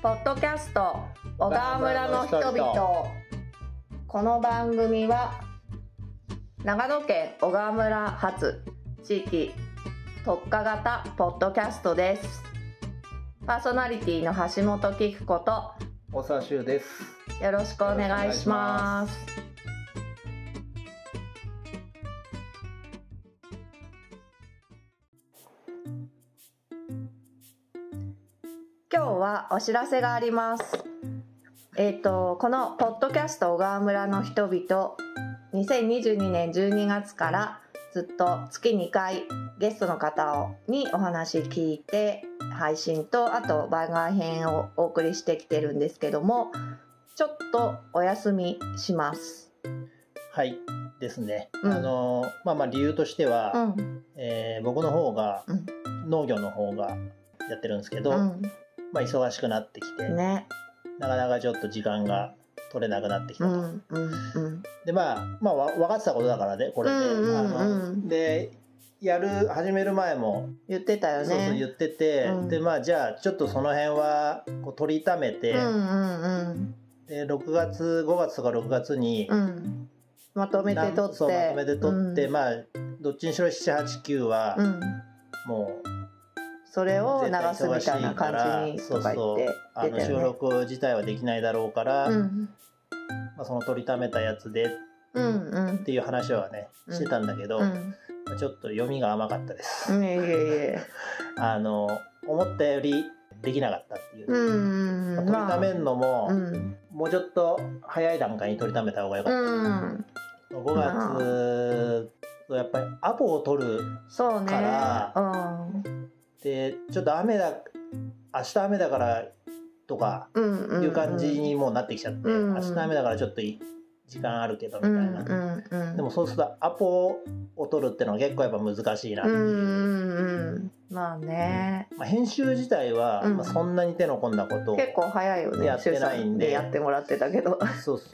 ポッドキャスト小川村の人々。この番組は長野県小川村発地域特化型ポッドキャストです。パーソナリティの橋本貴子と大沢修です。 よろしくお願いします。今日はお知らせがあります。このポッドキャスト小川村の人々、2022年12月からずっと月2回ゲストの方にお話聞いて配信と、あと番外編をお送りしてきてるんですけども、ちょっとお休みします。 はいですね。 うん理由としては、僕の方が、農業の方がやってるんですけど、忙しくなってきて、なかなかちょっと時間が取れなくなってきたと。で分かってたことだからね、これで、で始める前も言ってたよね。 そう言ってて、でじゃあちょっとその辺はこう取りためて、で5月とか6月に、 まとめて取って、 どっちにしろ7、8、9は、もうそれを流すみたいな感じにとか言って出てるね。 収録自体はできないだろうから、その取りためたやつで、っていう話はねしてたんだけど、ちょっと読みが甘かったです。思ったよりできなかったっていう、取りためるのも、もうちょっと早い段階に取りためた方がよかった、5月、やっぱりアポを取るから、でちょっと明日雨だからとかいう感じにもうなってきちゃって、明日雨だからちょっと時間あるけどみたいな、でもそうするとアポを取るってのは結構やっぱ難しいなっていう。編集自体は、そんなに手の込んだことを結構早いよね。 やってないんでやってもらってたけど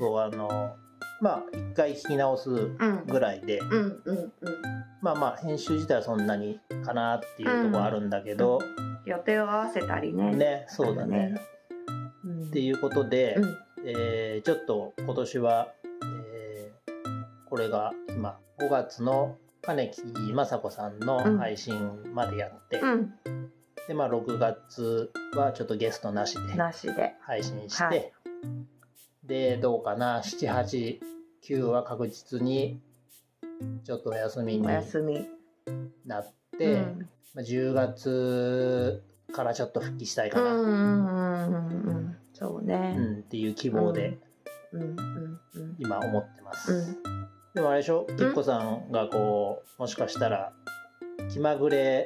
一回聞き直すぐらいで、編集自体はそんなにかなっていうところあるんだけど、 予定を合わせたりね。 そうだね。っていうことで、ちょっと今年は、これが今5月の金木雅子さんの配信までやって、で6月はちょっとゲストなしで配信して、でどうかな、7、8、9は確実にちょっとお休みになって、10月からちょっと復帰したいかな、 そうね、 っていう希望で今思ってます。でもあれでしょ、きっこさんがこうもしかしたら気まぐれ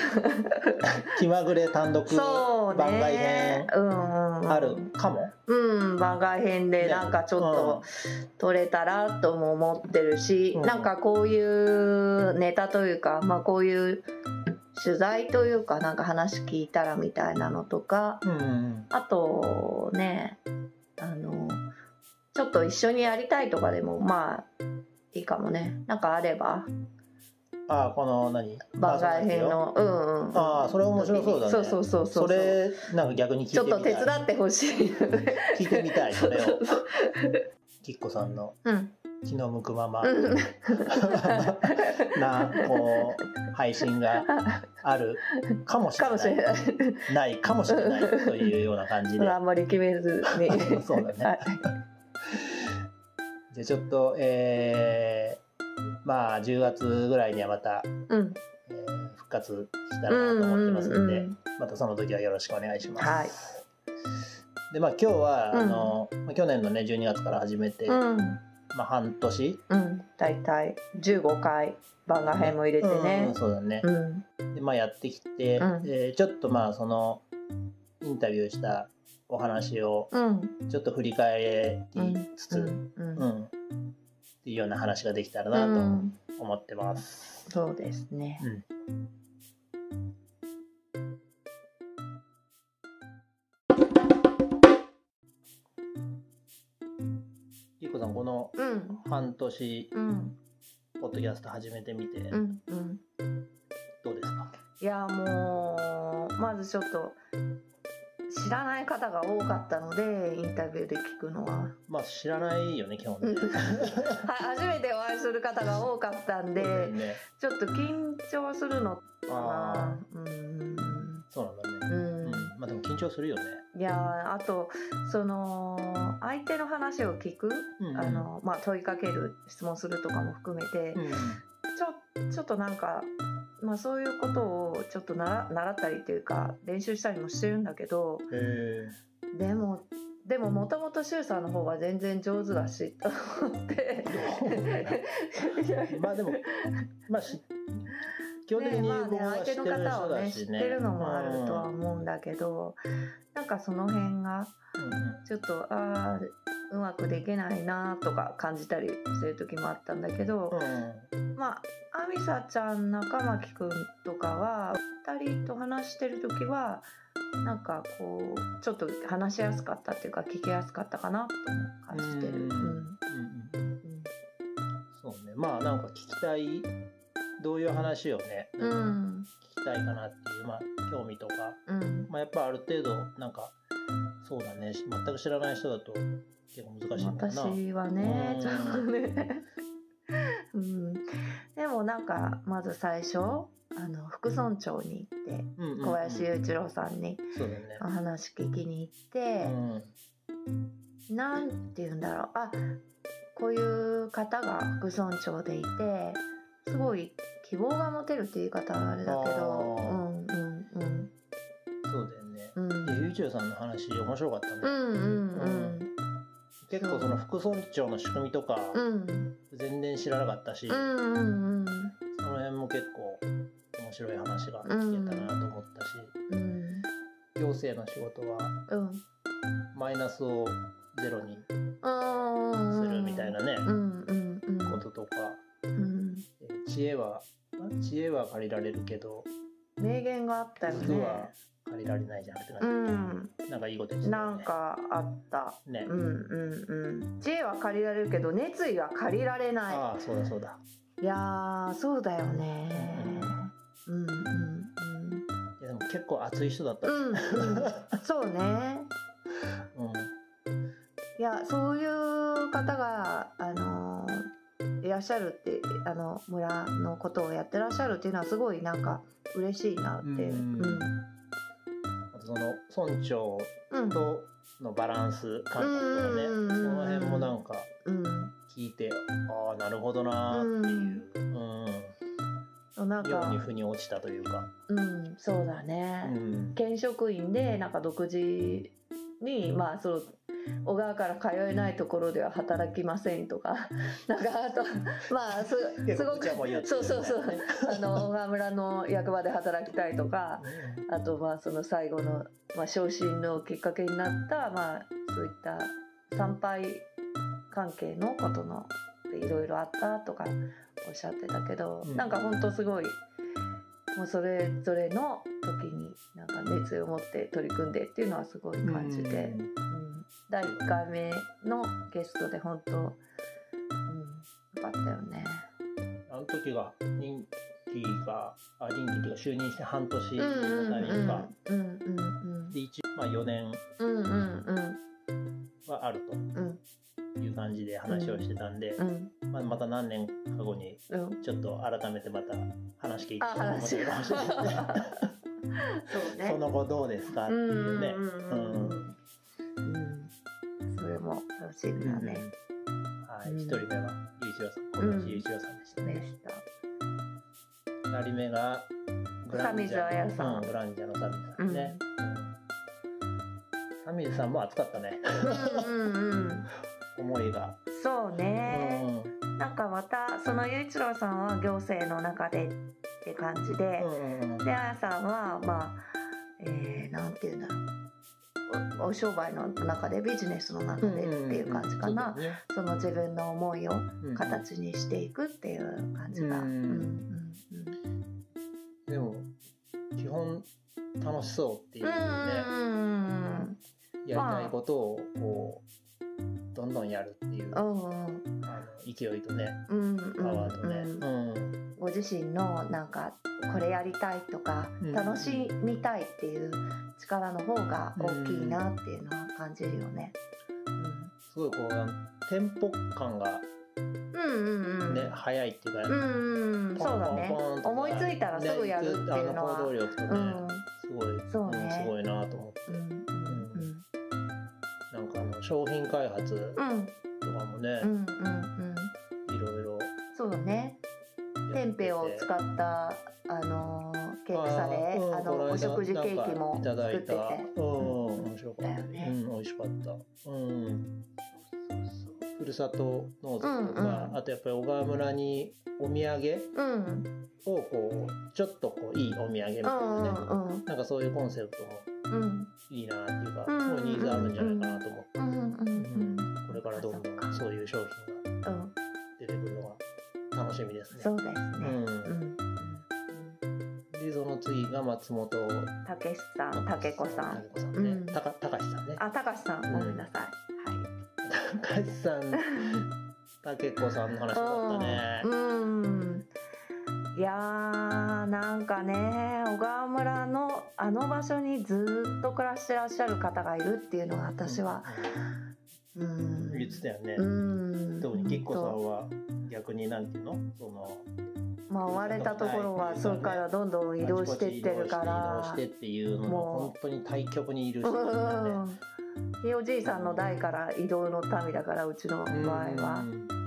単独番外編あるかも。 番外編でなんかちょっと撮れたらとも思ってるし、なんかこういうネタというか、こういう取材というか、なんか話聞いたらみたいなのとか、あとね、ちょっと一緒にやりたいとかでもいいかもね。なんかあれば。 この番外編のそれ面白そうだね。 そうそれなんか逆に聞いてみたい。 ちょっと手伝ってほしい。 聞いてみたい、それを。きっこさんの気の向くままなこう配信があるかもしれないかもしれないというような感じで、 あんまり決めずにそうだね。じゃあちょっと10月ぐらいにはまた、復活したらなと思ってますので、またその時はよろしくお願いします。で今日は、去年のね12月から始めて、半年、 だいたい15回番外編も入れてね、 そうだね。でやってきて、ちょっとそのインタビューしたお話をちょっと振り返りつつ、っていうような話ができたらなと思ってます。 そうですね。 きっこさん、この半年ポッドキャスト始めてみてどうですか？ いやもうまずちょっと知らない方が多かったので、インタビューで聞くのはまあ知らないよね基本ね初めてお会いする方が多かったんで、ね、ちょっと緊張するのかな。 そうなんだね。まあでも緊張するよね。 いや、あとその相手の話を聞く、まあ問いかける、質問するとかも含めて、ちょっとなんか、まあ、そういうことをちょっと習ったりっていうか練習したりもしてるんだけど、でももともと周さんの方が全然上手だしと思ってまあでもまあ基本的に僕は知ってる人だしね、 相手の方をね知ってるのもあるとは思うんだけど、なんかその辺がちょっとうまくできないなとか感じたりする時もあったんだけど、まああみさちゃん、中巻くんとかは2人と話してる時はなんかこうちょっと話しやすかったっていうか聞きやすかったかなと感じてる。 そうね、まあなんか聞きたい、どういう話をね、聞きたいかなっていう、まあ興味とか、まあやっぱある程度なんかそうだね、全く知らない人だと結構難しいんだな。 私はね、ちょっとねでもなんかまず最初副村長に行って小林雄一郎さんにお話聞きに行って、なんて言うんだろう、こういう方が副村長でいてすごい希望が持てるって言い方はあれだけど、 そうだよね。雄一郎さんの話面白かったね。結構その副村長の仕組みとか全然知らなかったし、その辺も結構面白い話が聞けたなと思ったし、行政の仕事はマイナスをゼロにするみたいなねこととか、知恵は借りられるけど名言があったよね。 服は借りられないじゃんってなんかいいこと言ってたよね。 なんかあったね。知恵は借りられるけど熱意は借りられない。 そうだ。 いやそうだよね。 いやでも結構熱い人だった。 そうね。いやそういう方がいらっしゃるって、村のことをやってらっしゃるっていうのはすごいなんか嬉しいなって。 あとその村長とのバランス感覚とかね、その辺もなんか聞いて、なるほどなっていう、ように腑に落ちたというか。 そうだね。県職員でなんか独自にまあ小川から通えないところでは働きませんとか、なんかあとまあすごくそう小川村の役場で働きたいとか、あとまあその最後の昇進のきっかけになったまあそういった参拝関係のことのいろいろあったとかおっしゃってたけど、なんか本当すごいもうそれぞれの時になんか熱意を持って取り組んでっていうのはすごい感じて。第1回目のゲストで本当、よかったよね。 あの時が任期っていうか就任して半年のタイミングか。で一応4年はあるという感じで話をしてたんで、また何年か後にちょっと改めてまた話聞いて面白いかもしれないですね。そうね。その後どうですかっていうね。 それも楽しみだね。 はい、1人目は小林雄一郎さんでしたね。2人目がグランジャのサミさんね。サミさんも熱かったね。思いが。そうね。なんかまたその雄一郎さんは行政の中でって感じで、であやさんはまあなんていうんだろう。お商売の中でビジネスの中でっていう感じかな。その自分の思いを形にしていくっていう感じが。 でも基本楽しそうっていうね。やりたいことをこうどんどんやるっていう勢いとね、パワーとね。ご自身のなんかこれやりたいとか楽しみたいっていう力の方が大きいなっていうのは感じるよね。 すごいこうテンポ感がね、早いっていうか、 そうだね。思いついたらすぐやるっていうのは、 行動力とね、すごい、すごいなと思って。なんか商品開発とかもね、いろいろ。 そうだね。テンペを使ったケーキサレ、お食事ケーキも作ってて、 面白かったね。美味しかった。ふるさと納税とか、あとやっぱり小川村にお土産をこうちょっとこういいお土産みたいなね、なんかそういうコンセプトもいいなっていうか、すごいニーズあるんじゃないかなと思って、これからどんどんそういう商品が出てくるのが楽しみですね。 そうですね。 でその次が松本たけしさん、たけこさん、 たかしさんね。 たかしさん、ごめんなさい。 たかしさん、たけこさんの話だったね。 いやー、なんかね、小川村のあの場所にずっと暮らしてらっしゃる方がいるっていうのが私は、 言ってたよね。特にきっこさんは逆になんていうの、その追われたところはそれからどんどん移動していってるから、 移動してっていうのが本当に対極にいる人だよね。 ひいおじいさんの代から移動の民だから、うちの場合は。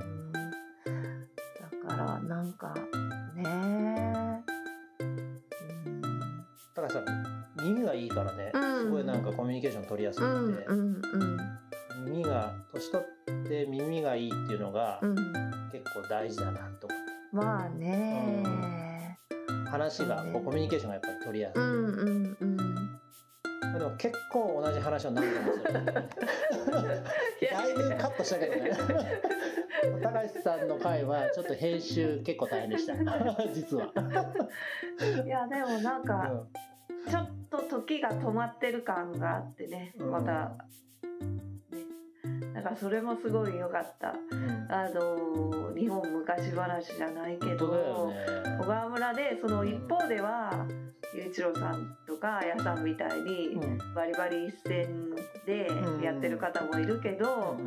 だからなんかね、 高橋さん耳がいいからね、すごいなんかコミュニケーション取りやすくて、耳が年取って耳がいいっていうのが結構大事だなと思って。 まあね、 話がこうコミュニケーションがやっぱり取りやすい。でも結構同じ話を何度もする。だいぶカットしたけどね。高橋さんの回はちょっと編集結構大変でした。実は。 いやでもなんかちょっと時が止まってる感があってね、また。だからそれもすごい良かった。日本昔話じゃないけど、小川村でその一方では雄一郎さんとか綾さんみたいにバリバリ一線でやってる方もいるけど、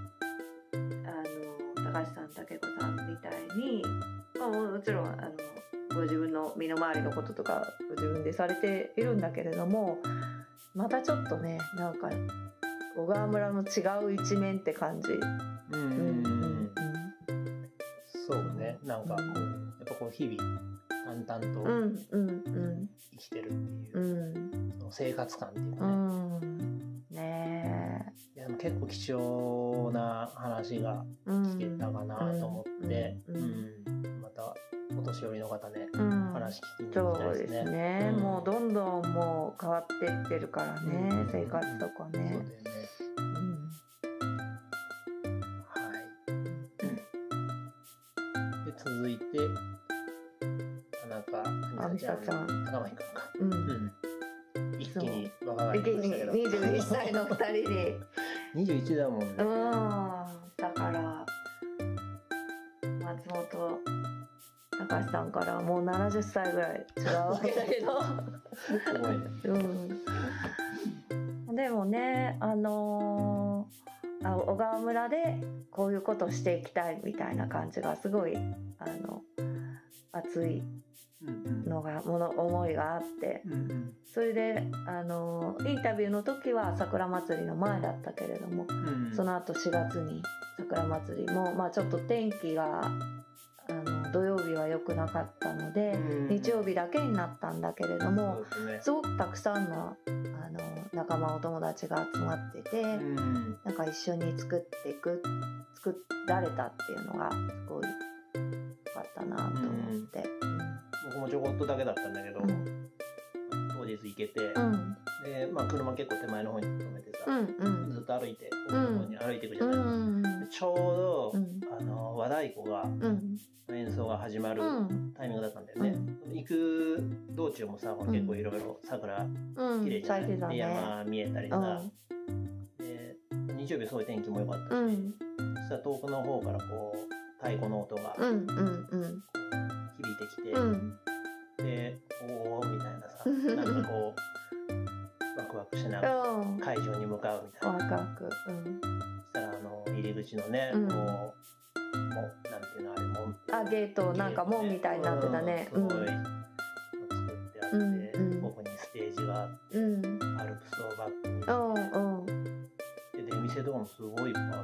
高橋さん、たけこさんみたいに、もちろんご自分の身の回りのこととかご自分でされているんだけれども、またちょっとね、なんか小川村の違う一面って感じ。 そうね、なんかこうやっぱこう日々淡々と生きてるっていう、その生活感っていうかね。いやでも結構貴重な話が聞けたかなと思って、またお年寄りの方ね、話聞きに行きたいですね。そうですね。 もうどんどんもう変わっていってるからね、生活とかね。そうだよね。 続いて田中美沙ちゃん、高巻くんか、一気に若返りましたけど、 21歳の2人で 21だもんね。 だから松本隆さんからもう70歳ぐらい違うわけだけどすごいね。 でもね、小川村でこういうことしていきたいみたいな感じがすごい熱いのが思いがあって、それでインタビューの時は桜祭りの前だったけれども、その後4月に桜祭りも、ちょっと天気が土曜日は良くなかったので、日曜日だけになったんだけれども、すごくたくさんの仲間お友達が集まってて、なんか一緒に作られたっていうのがすごい良かったなと思って、 僕もちょこっとだけだったんだけど、当日行けて、で車結構手前の方に止めてさ、ずっと歩いて奥の方に歩いていくじゃない、ちょうど和太鼓が演奏が始まるタイミングだったんだよね。行く道中もさ、結構いろいろ桜綺麗じゃない、山見えたりさ、で日曜日そういう天気も良かったし、そしたら遠くの方からこう太鼓の音が響いてきて、でおーみたいなさ、なんかこうしてなんか会場に向かうみたいな。 ワクワク。 そしたら入り口のね、もうなんていうのあれ門。 ゲートなんか門みたいになってたね。 すごい作ってあって、ここにステージがあって、アルプスをバックに。で出店とかもすごいいっぱいあって。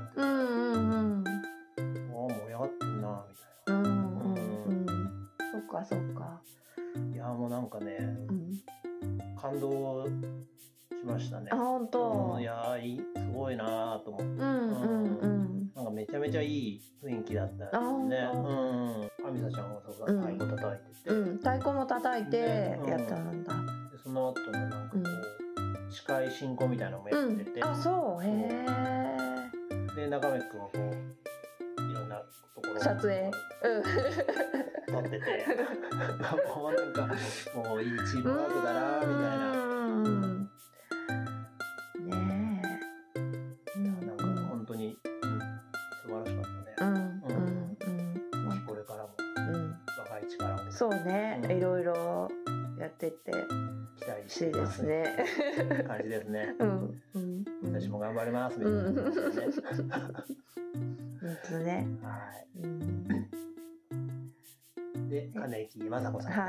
盛り上がってんなみたいな。 そっかそっか。 いやもうなんかね、感動しましたね。 本当。 いやすごいなと思って。なんかめちゃめちゃいい雰囲気だったんですね。あみさちゃんが太鼓叩いてて、 太鼓も叩いてやったんだ。 でその後のなんかこう司会進行みたいなのもやってて、 そうへえ。で中目くんはこういろんなところ撮影撮ってて、もうなんかもういいチームワークだなみたいな。ねえ。なんか本当に素晴らしかったね。これからも若い力も。 そうね、いろいろやってって期待してですね。感じですね。私も頑張りますみたいな感じでね。 本当ね。 はい。で金木雅子さん。はい。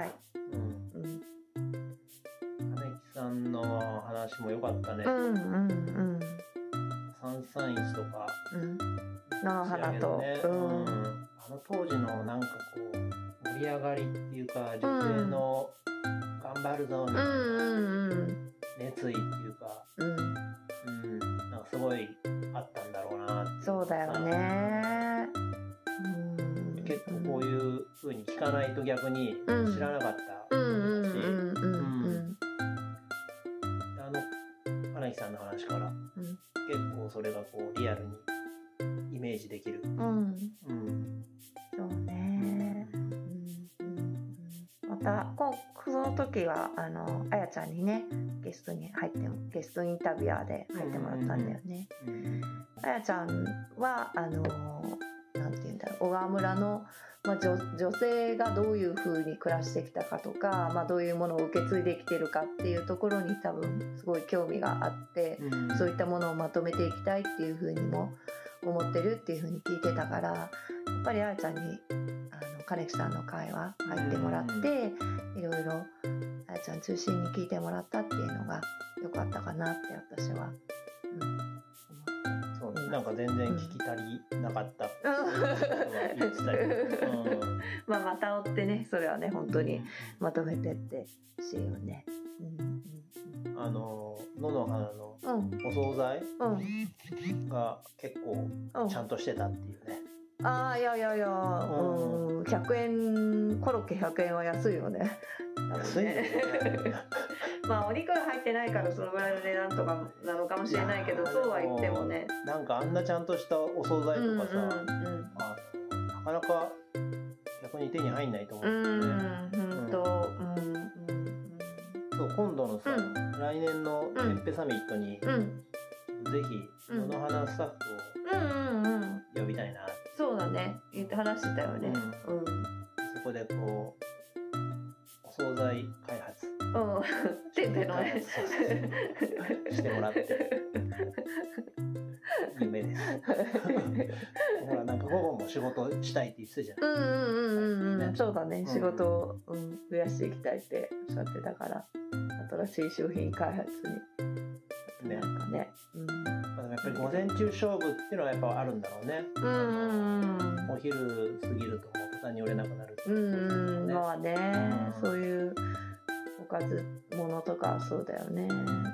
金木さんの話も良かったね。331とか。 野花と。 当時のなんかこう盛り上がりっていうか女性の頑張るぞみたいな熱意っていうか、なんかすごいあったんだろうなって。 そうだよね。 結構こういう風に聞かないと逆に知らなかったし、金木さんの話から結構それがこうリアルにイメージできる。 そうね。またその時はあやちゃんにねゲストインタビュアーで入ってもらったんだよね。あやちゃんはなんていうんだろう、小川村の、女性がどういう風に暮らしてきたかとか、どういうものを受け継いできてるかっていうところに多分すごい興味があって、そういったものをまとめていきたいっていう風にも思ってるっていう風に聞いてたから、やっぱりあやちゃんに金木さんの会話入ってもらって、いろいろあやちゃん中心に聞いてもらったっていうのが良かったかなって私は、 そうなんか全然聞き足りなかったって言ってたけど、 また追ってね、それはね本当にまとめてってしようね。 野の花のお惣菜が結構ちゃんとしてたっていうね。 いや100円コロッケ100円は安いよね。 安いよね。 お肉が入ってないからそのぐらいの値段とかなのかもしれないけど、そうは言ってもね、 なんかあんなちゃんとしたお惣菜とかさ、なかなか逆に手に入んないと思うんだよね。そう今度のさ、来年のエッペサミットにぜひ野の花スタッフを呼びたいな。 そうだね、言って話してたよね。 そこでこうお惣菜開発テンペのねしてもらって夢です。ほらなんか午後も仕事したいって言ってたじゃない。 そうだね、仕事を増やしていきたいっておっしゃってたから、新しい商品開発になんかね。 やっぱり午前中勝負っていうのはやっぱあるんだろうね。お昼過ぎるともう途端に売れなくなるっていうね。 そういうおかずものとかそうだよね。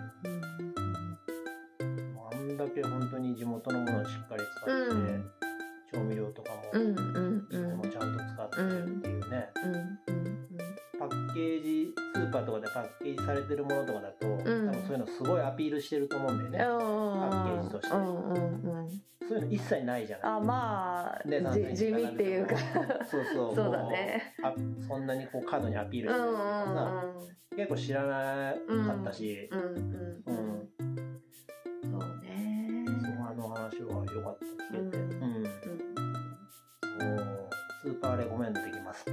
あんだけ本当に地元のものをしっかり使って、調味料とかもいいものをちゃんと使ってっていうね。パッケージスーパーとかでパッケージされてるものとかだと、多分そういうのすごいアピールしてると思うんだよね。パッケージとして。そういうの一切ないじゃない。 地味っていうか。 そうそうだね。 そんなにこう過度にアピールしてるとか結構知らなかったし。そうね。 その話は良かった聞けて。スーパーレコメンドできます。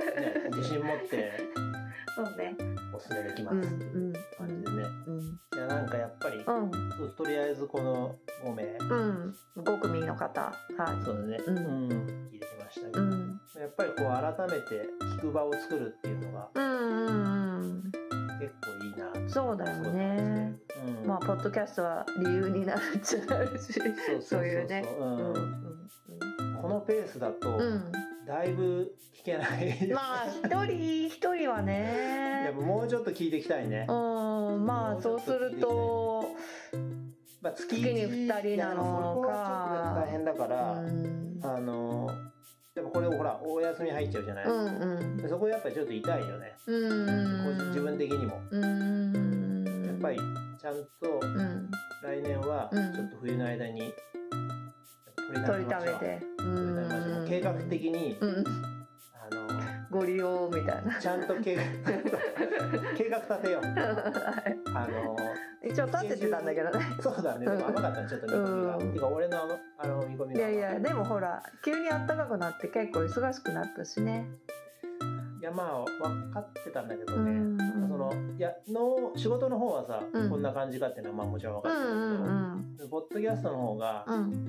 自信持っておすすめできますっていう感じでね。いやなんかやっぱり、とりあえずこの5名、 5組の方、はい、 そうだね、聞いてきましたけど、やっぱりこう改めて聞く場を作るっていうのが、結構いいな。 そうだよね。まあポッドキャストは理由になるっちゃなるし、そういうね。 このペースだとだいぶ聞けない。 まあ一人はね。 やっぱもうちょっと聞いていきたいね。 まあそうすると月に2人なのか。 大変だから、やっぱこれほらお休み入っちゃうじゃない。そこやっぱりちょっと痛いよね。自分的にも。やっぱりちゃんと来年はちょっと冬の間に取りためて、 計画的にご利用みたいな、 ちゃんと計画立てよう。 一応立ててたんだけどね。 そうだね。でも甘かったね、ちょっと見込みが。てか俺の見込みが。 いやでもほら急に暖かくなって結構忙しくなったしね。 いやまあ分かってたんだけどね。仕事の方はさ、こんな感じかっていうのはまあもちろん分かってるけど、ポッドキャストの方が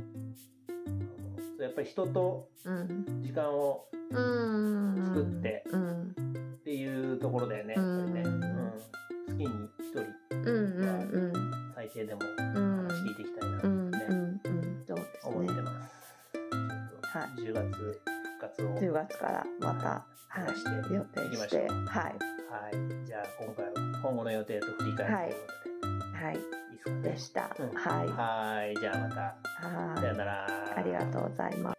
やっぱり人と時間を作ってっていうところだよね。やっぱりね。月に1人は最低でも話聞いていきたいなって思ってます。10月復活を 10月からまた予定して、 じゃあ今後の予定と振り返りということで、いいですかね。 でした。 じゃあまたさよなら。 ありがとうございます。